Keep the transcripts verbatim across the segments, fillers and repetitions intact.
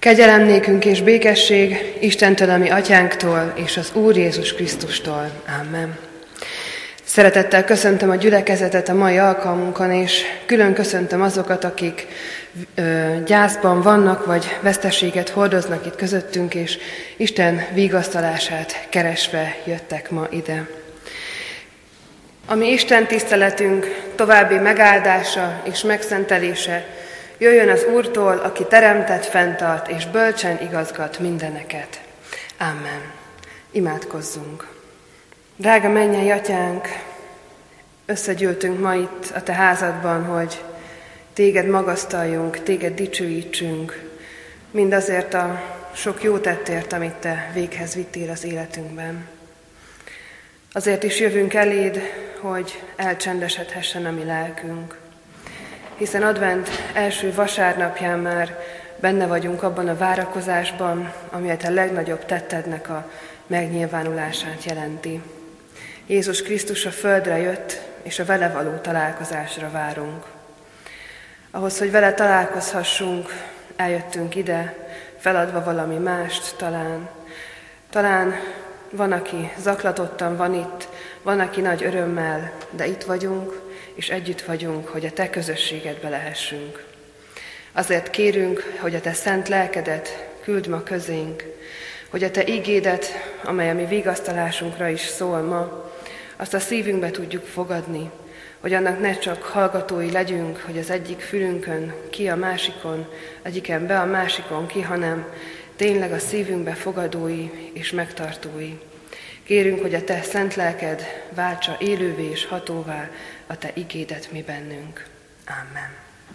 Kegyelem nékünk és békesség Istentől, ami atyánktól, és az Úr Jézus Krisztustól. Amen. Szeretettel köszöntöm a gyülekezetet a mai alkalmunkon, és külön köszöntöm azokat, akik ö, gyászban vannak, vagy veszteséget hordoznak itt közöttünk, és Isten vigasztalását keresve jöttek ma ide. A mi Isten tiszteletünk további megáldása és megszentelése jöjjön az Úrtól, aki teremtett, fenntart és bölcsen igazgat mindeneket. Amen. Imádkozzunk. Drága mennyei Atyánk, összegyűltünk ma itt a Te házadban, hogy Téged magasztaljunk, Téged dicsőítsünk, mindazért a sok jó tettért, amit Te véghez vittél az életünkben. Azért is jövünk eléd, hogy elcsendesedhessen a mi lelkünk, hiszen advent első vasárnapján már benne vagyunk abban a várakozásban, ami a Te legnagyobb tettednek a megnyilvánulását jelenti. Jézus Krisztus a földre jött, és a vele való találkozásra várunk. Ahhoz, hogy vele találkozhassunk, eljöttünk ide, feladva valami mást talán. Talán van, aki zaklatottan van itt, van, aki nagy örömmel, de itt vagyunk, és együtt vagyunk, hogy a Te közösségedbe lehessünk. Azért kérünk, hogy a Te szent lelkedet küld ma közénk, hogy a Te igédet, amely a mi vigasztalásunkra is szól ma, azt a szívünkbe tudjuk fogadni, hogy annak ne csak hallgatói legyünk, hogy az egyik fülünkön ki, a másikon, egyiken be, a másikon ki, hanem tényleg a szívünkbe fogadói és megtartói. Kérünk, hogy a Te szent lelked váltsa élővé és hatóvá a Te igédet mi bennünk. Amen.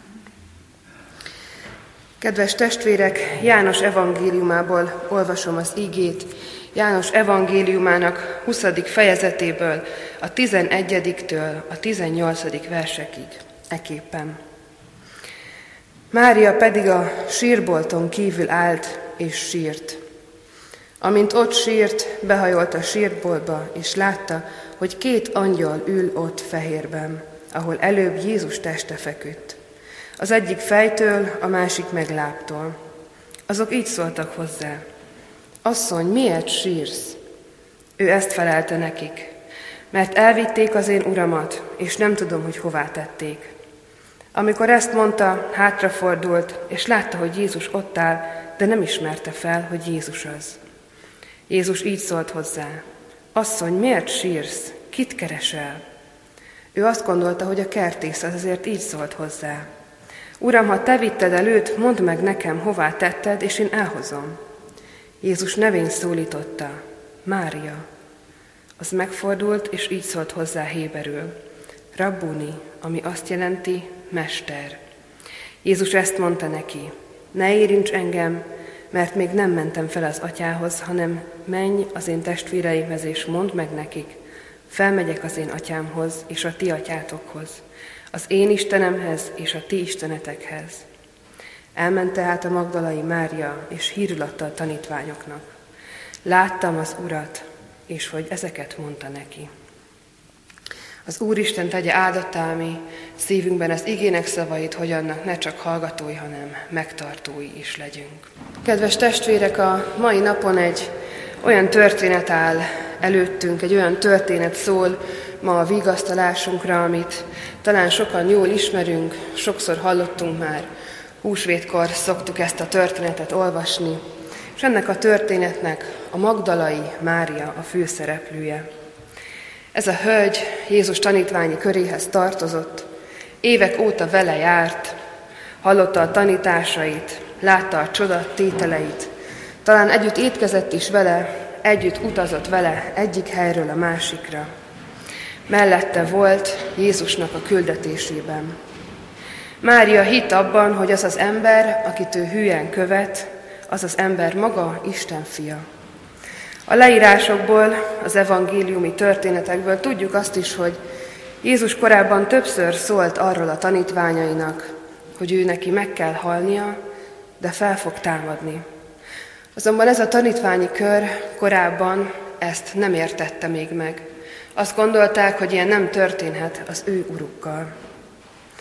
Kedves testvérek, János evangéliumából olvasom az igét, János evangéliumának huszadik fejezetéből, a tizenegyediktől a tizennyolcadik versekig, eképpen. Mária pedig a sírbolton kívül állt és sírt. Amint ott sírt, behajolt a sírboltba, és látta, hogy két angyal ül ott fehérben, ahol előbb Jézus teste feküdt. Az egyik fejtől, a másik meg lábtól. Azok így szóltak hozzá: Asszony, miért sírsz? Ő ezt felelte nekik: mert elvitték az én uramat, és nem tudom, hogy hová tették. Amikor ezt mondta, hátrafordult, és látta, hogy Jézus ott áll, de nem ismerte fel, hogy Jézus az. Jézus így szólt hozzá: Asszony, miért sírsz? Kit keresel? Ő azt gondolta, hogy a kertész, azért így szólt hozzá: Uram, ha te vitted el őt, mondd meg nekem, hová tetted, és én elhozom. Jézus nevén szólította: Mária. Az megfordult, és így szólt hozzá héberül: Rabbuni, ami azt jelenti, mester. Jézus ezt mondta neki: Ne érints engem, mert még nem mentem fel az atyához, hanem menj az én testvéreimhez, és mondd meg nekik: felmegyek az én atyámhoz, és a ti atyátokhoz, az én Istenemhez, és a ti istenetekhez. Elment tehát a magdalai Mária, és hírül adta a tanítványoknak: Láttam az Urat, és hogy ezeket mondta neki. Az Úristen tegye áldottá a mi szívünkben az igének szavait, hogy annak ne csak hallgatói, hanem megtartói is legyünk. Kedves testvérek, a mai napon egy olyan történet áll előttünk, egy olyan történet szól ma a vigasztalásunkra, amit talán sokan jól ismerünk, sokszor hallottunk már, húsvétkor szoktuk ezt a történetet olvasni, és ennek a történetnek a magdalai Mária a főszereplője. Ez a hölgy Jézus tanítványi köréhez tartozott, évek óta vele járt, hallotta a tanításait, látta a csoda tételeit, talán együtt étkezett is vele, együtt utazott vele egyik helyről a másikra. Mellette volt Jézusnak a küldetésében. Mária hitt abban, hogy az az ember, akit ő hülyen követ, az az ember maga Isten fia. A leírásokból, az evangéliumi történetekből tudjuk azt is, hogy Jézus korábban többször szólt arról a tanítványainak, hogy ő neki meg kell halnia, de fel fog támadni. Azonban ez a tanítványi kör korábban ezt nem értette még meg. Azt gondolták, hogy ilyen nem történhet az ő urukkal.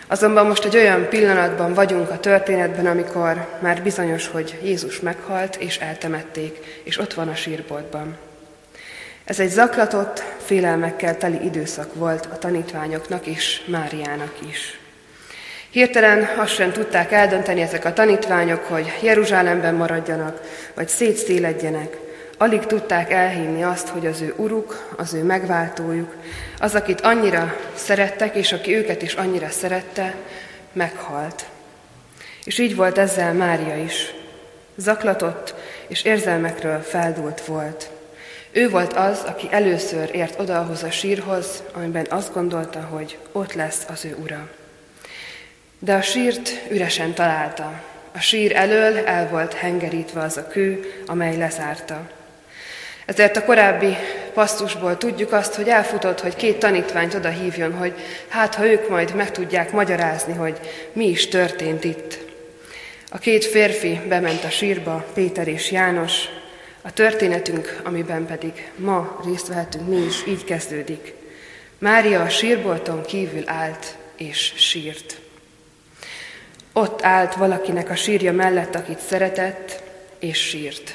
Azonban most egy olyan pillanatban vagyunk a történetben, amikor már bizonyos, hogy Jézus meghalt, és eltemették, és ott van a sírboltban. Ez egy zaklatott, félelmekkel teli időszak volt a tanítványoknak és Máriának is. Hirtelen azt sem tudták eldönteni ezek a tanítványok, hogy Jeruzsálemben maradjanak, vagy szétszéledjenek. Alig tudták elhinni azt, hogy az ő uruk, az ő megváltójuk, az, akit annyira szerettek, és aki őket is annyira szerette, meghalt. És így volt ezzel Mária is. Zaklatott és érzelmekről feldúlt volt. Ő volt az, aki először ért oda ahhoz a sírhoz, amiben azt gondolta, hogy ott lesz az ő ura. De a sírt üresen találta. A sír elől el volt hengerítve az a kő, amely lezárta. Ezért a korábbi pasztusból tudjuk azt, hogy elfutott, hogy két tanítványt oda hívjon, hogy hát, ha ők majd meg tudják magyarázni, hogy mi is történt itt. A két férfi bement a sírba, Péter és János. A történetünk, amiben pedig ma részt vehetünk mi is, így kezdődik. Mária a sírbolton kívül állt és sírt. Ott állt valakinek a sírja mellett, akit szeretett, és sírt.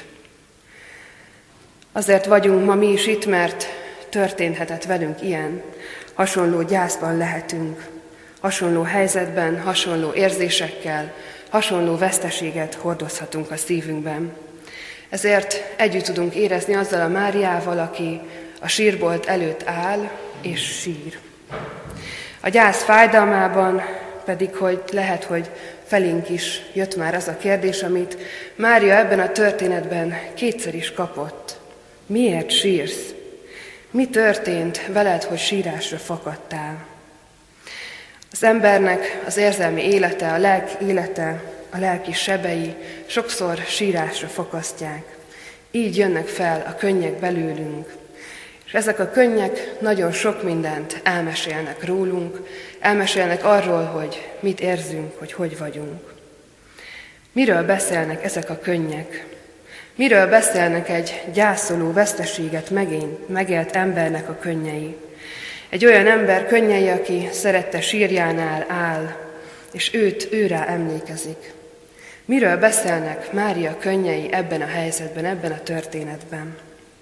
Azért vagyunk ma mi is itt, mert történhetett velünk ilyen. Hasonló gyászban lehetünk, hasonló helyzetben, hasonló érzésekkel, hasonló veszteséget hordozhatunk a szívünkben. Ezért együtt tudunk érezni azzal a Máriával, aki a sírbolt előtt áll és sír. A gyász fájdalmában pedig, hogy lehet, hogy felénk is jött már az a kérdés, amit Mária ebben a történetben kétszer is kapott. Miért sírsz? Mi történt veled, hogy sírásra fakadtál? Az embernek az érzelmi élete, a lelki élete, a lelki sebei sokszor sírásra fakasztják. Így jönnek fel a könnyek belőlünk. És ezek a könnyek nagyon sok mindent elmesélnek rólunk, elmesélnek arról, hogy mit érzünk, hogy hogy vagyunk. Miről beszélnek ezek a könnyek? Miről beszélnek egy gyászoló, veszteséget megélt embernek a könnyei? Egy olyan ember könnyei, aki szerette sírjánál áll, és őt őrá emlékezik. Miről beszélnek Mária könnyei ebben a helyzetben, ebben a történetben?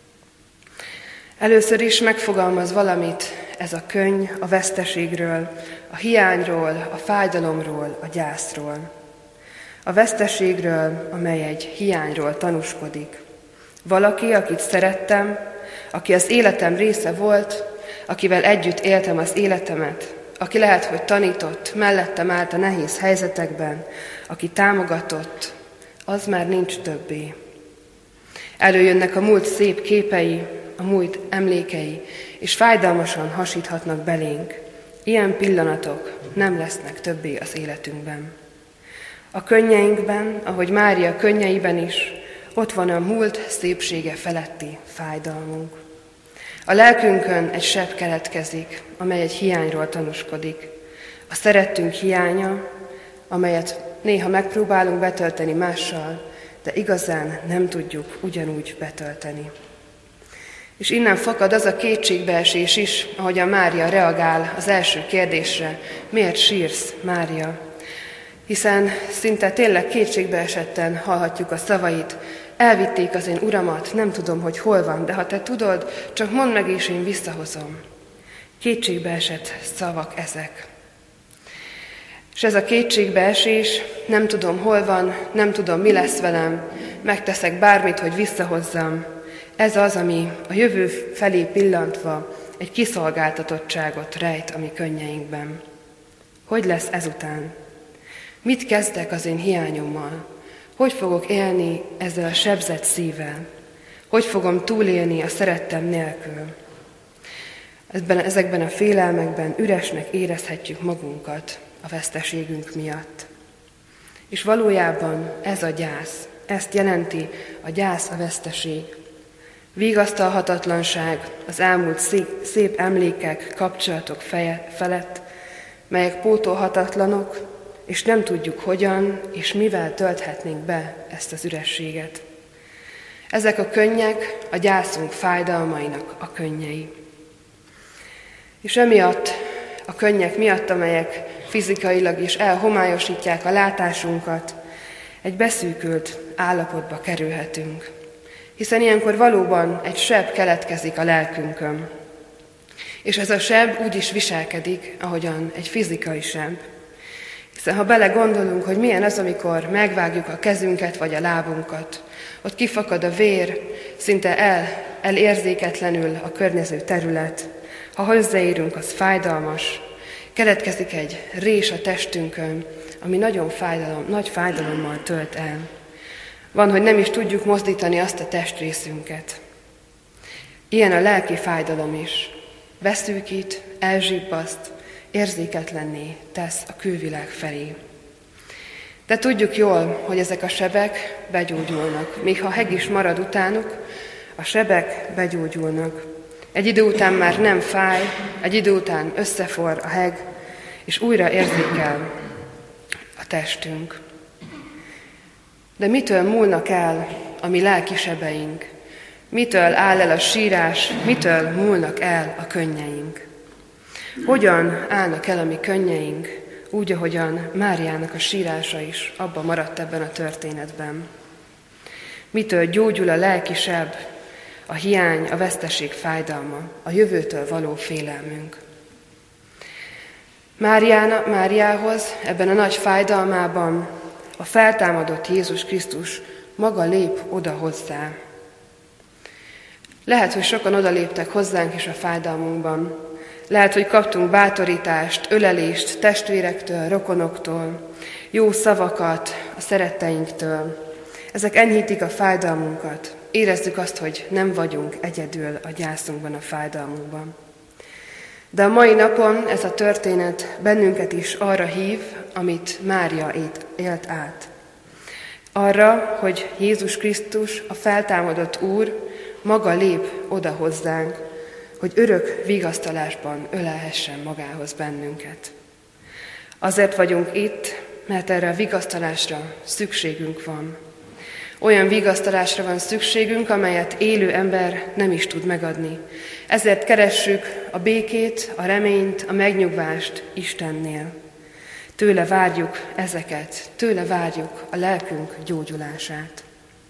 Először is megfogalmaz valamit ez a könny a veszteségről, a hiányról, a fájdalomról, a gyászról. A veszteségről, amely egy hiányról tanúskodik. Valaki, akit szerettem, aki az életem része volt, akivel együtt éltem az életemet, aki lehet, hogy tanított, mellettem állt a nehéz helyzetekben, aki támogatott, az már nincs többé. Előjönnek a múlt szép képei, a múlt emlékei, és fájdalmasan hasíthatnak belénk. Ilyen pillanatok nem lesznek többé az életünkben. A könnyeinkben, ahogy Mária könnyeiben is, ott van a múlt szépsége feletti fájdalmunk. A lelkünkön egy seb keletkezik, amely egy hiányról tanúskodik. A szerettünk hiánya, amelyet néha megpróbálunk betölteni mással, de igazán nem tudjuk ugyanúgy betölteni. És innen fakad az a kétségbeesés is, ahogy a Mária reagál az első kérdésre, miért sírsz, Mária? Hiszen szinte tényleg kétségbeesetten hallhatjuk a szavait, elvitték az én uramat, nem tudom, hogy hol van, de ha te tudod, csak mondd meg, és én visszahozom. Kétségbeesett szavak ezek. És ez a kétségbeesés, nem tudom, hol van, nem tudom, mi lesz velem, megteszek bármit, hogy visszahozzam. Ez az, ami a jövő felé pillantva egy kiszolgáltatottságot rejt a mi könnyeinkben. Hogy lesz ezután? Mit kezdek az én hiányommal? Hogy fogok élni ezzel a sebzett szívvel? Hogy fogom túlélni a szerettem nélkül? Ezben, ezekben a félelmekben üresnek érezhetjük magunkat a veszteségünk miatt. És valójában ez a gyász, ezt jelenti a gyász, a veszteség. Vigasztalhatatlanság az elmúlt szép, szép emlékek, kapcsolatok feje, felett, melyek pótolhatatlanok, és nem tudjuk hogyan és mivel tölthetnénk be ezt az ürességet. Ezek a könnyek a gyászunk fájdalmainak a könnyei. És emiatt, a könnyek miatt, amelyek fizikailag is elhomályosítják a látásunkat, egy beszűkült állapotba kerülhetünk. Hiszen ilyenkor valóban egy seb keletkezik a lelkünkön. És ez a seb úgy is viselkedik, ahogyan egy fizikai seb. Hiszen ha belegondolunk, hogy milyen az, amikor megvágjuk a kezünket vagy a lábunkat, ott kifakad a vér, szinte el, elérzéketlenül a környező terület. Ha hozzáérünk, az fájdalmas. Keletkezik egy rés a testünkön, ami nagyon fájdalom, nagy fájdalommal tölt el. Van, hogy nem is tudjuk mozdítani azt a testrészünket. Ilyen a lelki fájdalom is. Beszűkít, elzsibbaszt, érzéketlenné tesz a külvilág felé. De tudjuk jól, hogy ezek a sebek begyógyulnak. Még ha heg is marad utánuk, a sebek begyógyulnak. Egy idő után már nem fáj, egy idő után összeforr a heg, és újra érzékel a testünk. De mitől múlnak el a mi lelki sebeink? Mitől áll el a sírás? Mitől múlnak el a könnyeink? Hogyan állnak el a mi könnyeink, úgy, ahogyan Máriának a sírása is abba maradt ebben a történetben? Mitől gyógyul a lelki seb, a hiány, a veszteség fájdalma, a jövőtől való félelmünk? Máriána, Máriához ebben a nagy fájdalmában a feltámadott Jézus Krisztus maga lép oda hozzá. Lehet, hogy sokan odaléptek hozzánk is a fájdalmunkban. Lehet, hogy kaptunk bátorítást, ölelést testvérektől, rokonoktól, jó szavakat a szeretteinktől. Ezek enyhítik a fájdalmunkat. Érezzük azt, hogy nem vagyunk egyedül a gyászunkban, a fájdalmunkban. De a mai napon ez a történet bennünket is arra hív, amit Mária élt át. Arra, hogy Jézus Krisztus, a feltámadott Úr, maga lép oda hozzánk, hogy örök vigasztalásban ölelhessen magához bennünket. Azért vagyunk itt, mert erre a vigasztalásra szükségünk van. Olyan vigasztalásra van szükségünk, amelyet élő ember nem is tud megadni. Ezért keressük a békét, a reményt, a megnyugvást Istennél. Tőle várjuk ezeket, tőle várjuk a lelkünk gyógyulását.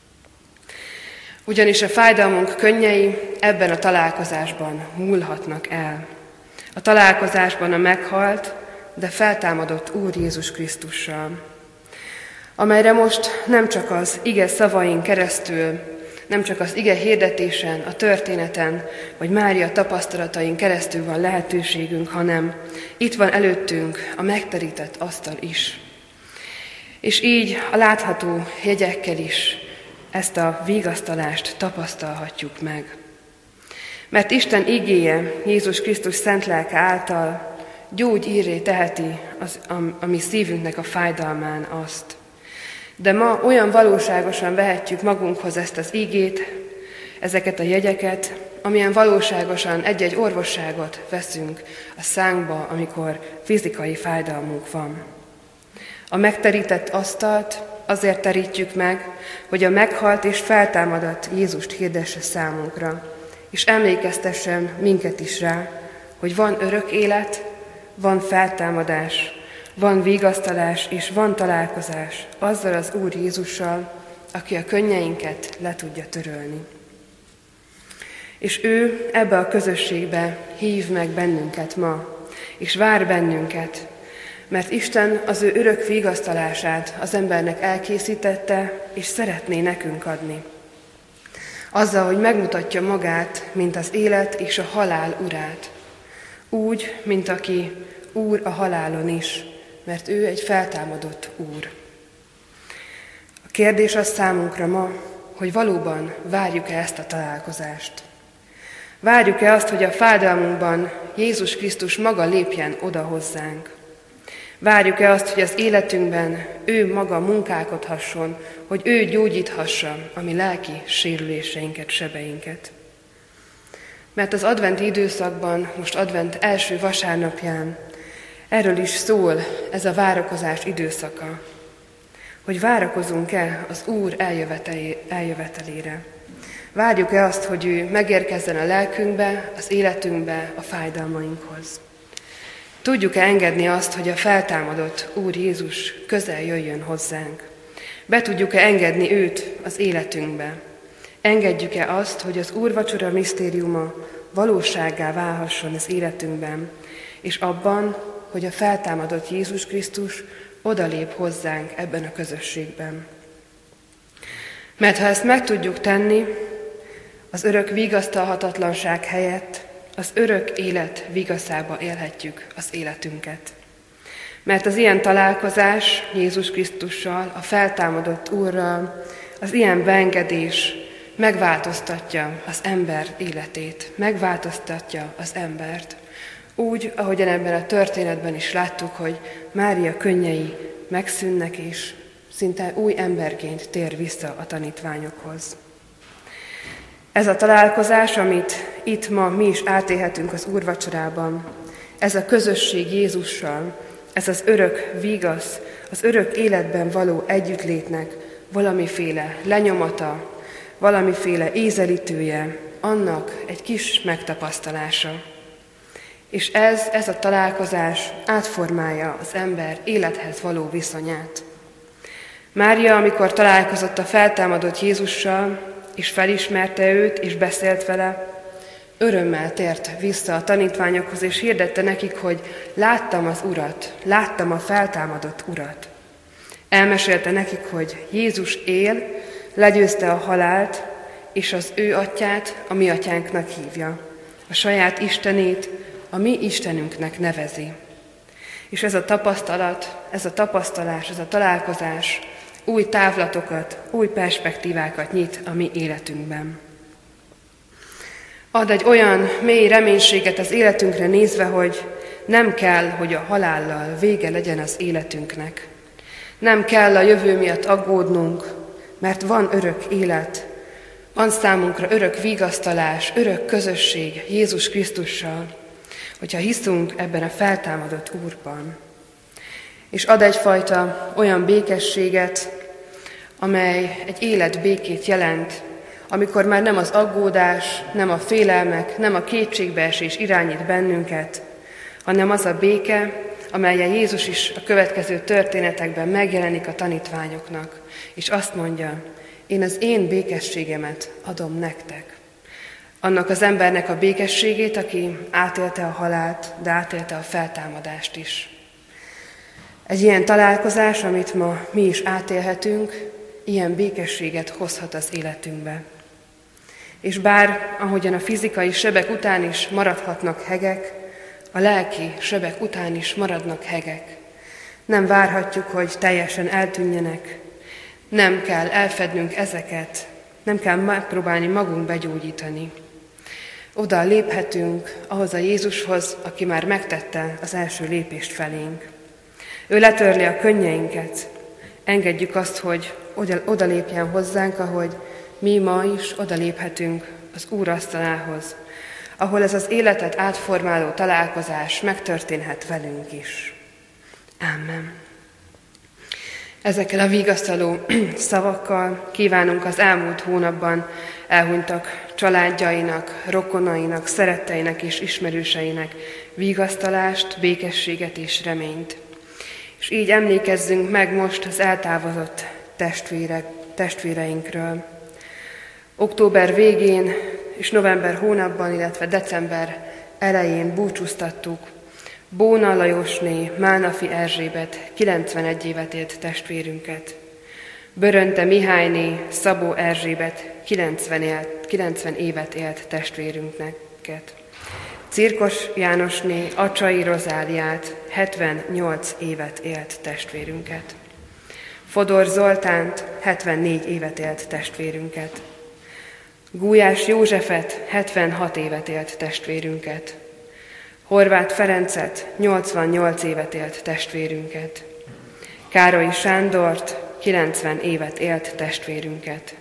Ugyanis a fájdalmunk könnyei ebben a találkozásban múlhatnak el. A találkozásban a meghalt, de feltámadott Úr Jézus Krisztussal, amelyre most nem csak az ige szavain keresztül, nem csak az ige hirdetésen, a történeten, vagy Mária tapasztalatain keresztül van lehetőségünk, hanem itt van előttünk a megterített asztal is. És így a látható jegyekkel is ezt a vigasztalást tapasztalhatjuk meg. Mert Isten igéje Jézus Krisztus szent lelke által gyógyírré teheti az, a, a mi szívünknek a fájdalmán azt. De ma olyan valóságosan vehetjük magunkhoz ezt az igét, ezeket a jegyeket, amilyen valóságosan egy-egy orvosságot veszünk a szánkba, amikor fizikai fájdalmunk van. A megterített asztalt azért terítjük meg, hogy a meghalt és feltámadott Jézust hirdesse számunkra, és emlékeztessen minket is rá, hogy van örök élet, van feltámadás, van vigasztalás és van találkozás azzal az Úr Jézussal, aki a könnyeinket le tudja törölni. És ő ebbe a közösségbe hív meg bennünket ma, és vár bennünket, mert Isten az ő örök vigasztalását az embernek elkészítette, és szeretné nekünk adni. Azzal, hogy megmutatja magát, mint az élet és a halál urát. Úgy, mint aki úr a halálon is, mert ő egy feltámadott Úr. A kérdés az számunkra ma, hogy valóban várjuk-e ezt a találkozást. Várjuk-e azt, hogy a fájdalmunkban Jézus Krisztus maga lépjen oda hozzánk. Várjuk-e azt, hogy az életünkben ő maga munkálkodhasson, hogy ő gyógyíthassa a mi lelki sérüléseinket, sebeinket. Mert az adventi időszakban, most advent első vasárnapján erről is szól ez a várakozás időszaka, hogy várakozunk-e az Úr eljövetelére. Várjuk-e azt, hogy ő megérkezzen a lelkünkbe, az életünkbe, a fájdalmainkhoz. Tudjuk-e engedni azt, hogy a feltámadott Úr Jézus közel jöjjön hozzánk? Be tudjuk-e engedni őt az életünkbe? Engedjük-e azt, hogy az úrvacsora misztériuma valósággá válhasson az életünkben, és abban, hogy a feltámadott Jézus Krisztus odalép hozzánk ebben a közösségben? Mert ha ezt meg tudjuk tenni, az örök vigasztalhatatlanság helyett az örök élet vigaszába élhetjük az életünket. Mert az ilyen találkozás Jézus Krisztussal, a feltámadott Úrral, az ilyen beengedés megváltoztatja az ember életét, megváltoztatja az embert. Úgy, ahogyan ebben a történetben is láttuk, hogy Mária könnyei megszűnnek, és szinte új emberként tér vissza a tanítványokhoz. Ez a találkozás, amit itt ma mi is átélhetünk az úrvacsorában, ez a közösség Jézussal, ez az örök vigasz, az örök életben való együttlétnek valamiféle lenyomata, valamiféle ízelítője, annak egy kis megtapasztalása. És ez, ez a találkozás átformálja az ember élethez való viszonyát. Mária, amikor találkozott a feltámadott Jézussal, és felismerte őt, és beszélt vele, örömmel tért vissza a tanítványokhoz, és hirdette nekik, hogy láttam az Urat, láttam a feltámadott Urat. Elmesélte nekik, hogy Jézus él, legyőzte a halált, és az ő atyát a mi atyánknak hívja. A saját Istenét a mi Istenünknek nevezi. És ez a tapasztalat, ez a tapasztalás, ez a találkozás új távlatokat, új perspektívákat nyit a mi életünkben. Ad egy olyan mély reménységet az életünkre nézve, hogy nem kell, hogy a halállal vége legyen az életünknek. Nem kell a jövő miatt aggódnunk, mert van örök élet, van számunkra örök vigasztalás, örök közösség Jézus Krisztussal, hogyha hiszünk ebben a feltámadott Úrban. És ad egyfajta olyan békességet, amely egy életbékét jelent, amikor már nem az aggódás, nem a félelmek, nem a kétségbeesés irányít bennünket, hanem az a béke, amelyen Jézus is a következő történetekben megjelenik a tanítványoknak, és azt mondja, én az én békességemet adom nektek. Annak az embernek a békességét, aki átélte a halált, de átélte a feltámadást is. Egy ilyen találkozás, amit ma mi is átélhetünk, ilyen békességet hozhat az életünkbe. És bár, ahogyan a fizikai sebek után is maradhatnak hegek, a lelki sebek után is maradnak hegek. Nem várhatjuk, hogy teljesen eltűnjenek, nem kell elfednünk ezeket, nem kell megpróbálni magunk begyógyítani. Oda léphetünk ahhoz a Jézushoz, aki már megtette az első lépést felénk. Ő letörli a könnyeinket, engedjük azt, hogy oda, oda lépjen hozzánk, ahogy mi ma is odaléphetünk az Úr asztalához, ahol ez az életet átformáló találkozás megtörténhet velünk is. Amen. Ezekkel a vigasztaló szavakkal kívánunk az elmúlt hónapban elhunytak családjainak, rokonainak, szeretteinek és ismerőseinek vigasztalást, békességet és reményt. És így emlékezzünk meg most az eltávozott testvérek, testvéreinkről. Október végén és november hónapban, illetve december elején búcsúztattuk Bóna Lajosné Málnafi Erzsébet kilencvenegy évet élt testvérünket, Börönte Mihályné Szabó Erzsébet kilencven évet élt testvérünket, Cirkos Jánosné Acsai Rozáliát hetvennyolc évet élt testvérünket, Fodor Zoltánt hetvennégy évet élt testvérünket, Gulyás Józsefet hetvenhat évet élt testvérünket, Horváth Ferencet nyolcvannyolc évet élt testvérünket, Károlyi Sándort kilencven évet élt testvérünket,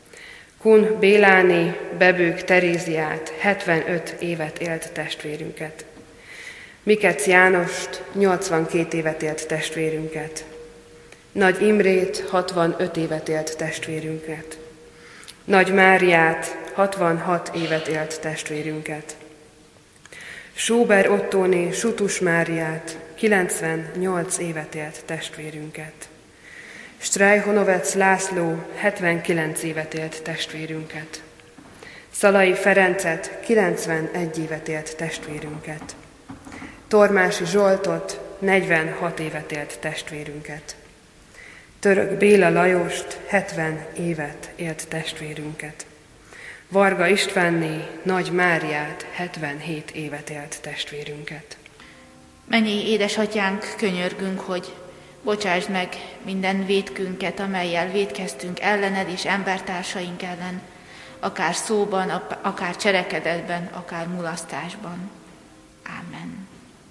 Kun Béláné Bebők Teréziát hetvenöt évet élt testvérünket, Mikec Jánost nyolcvankét évet élt testvérünket, Nagy Imrét hatvanöt évet élt testvérünket, Nagy Máriát hatvanhat évet élt testvérünket, Sóber Ottóné Sutus Máriát, kilencvennyolc évet élt testvérünket. Strejhonovec László, hetvenkilenc évet élt testvérünket. Szalai Ferencet, kilencvenegy évet élt testvérünket. Tormási Zsoltot, negyvenhat évet élt testvérünket. Török Béla Lajost, hetven évet élt testvérünket. Varga Istvánné Nagy Máriát, hetvenhét évet élt testvérünket. Mennyi édesatyánk, könyörgünk, hogy bocsásd meg minden vétkünket, amellyel vétkeztünk ellened és embertársaink ellen, akár szóban, akár cselekedetben, akár mulasztásban. Ámen.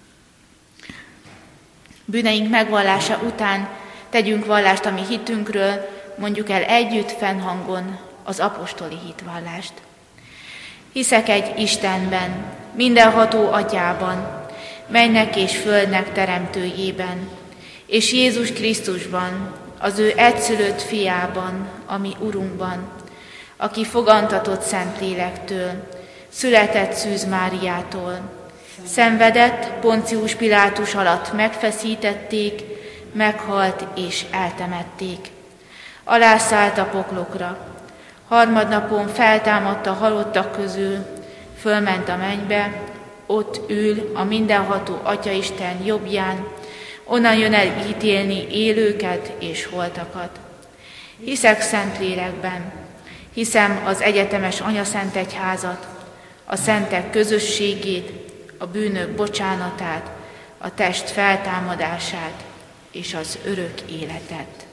Bűneink megvallása után tegyünk vallást a mi hitünkről, mondjuk el együtt fennhangon az apostoli hitvallást. Hiszek egy Istenben, mindenható Atyában, mennek és földnek teremtőjében, és Jézus Krisztusban, az ő egyszülött fiában, ami Urunkban, aki fogantatott Szentlélektől, született Szűz Máriától, szenvedett, Poncius Pilátus alatt megfeszítették, meghalt és eltemették. Alászállt a poklokra, harmadnapon feltámadt a halottak közül, fölment a mennybe, ott ül a mindenható Atyaisten jobbján, onnan jön el ítélni élőket és holtakat. Hiszek Szentlélekben, hiszem az egyetemes Anyaszentegyházat, a szentek közösségét, a bűnök bocsánatát, a test feltámadását és az örök életet.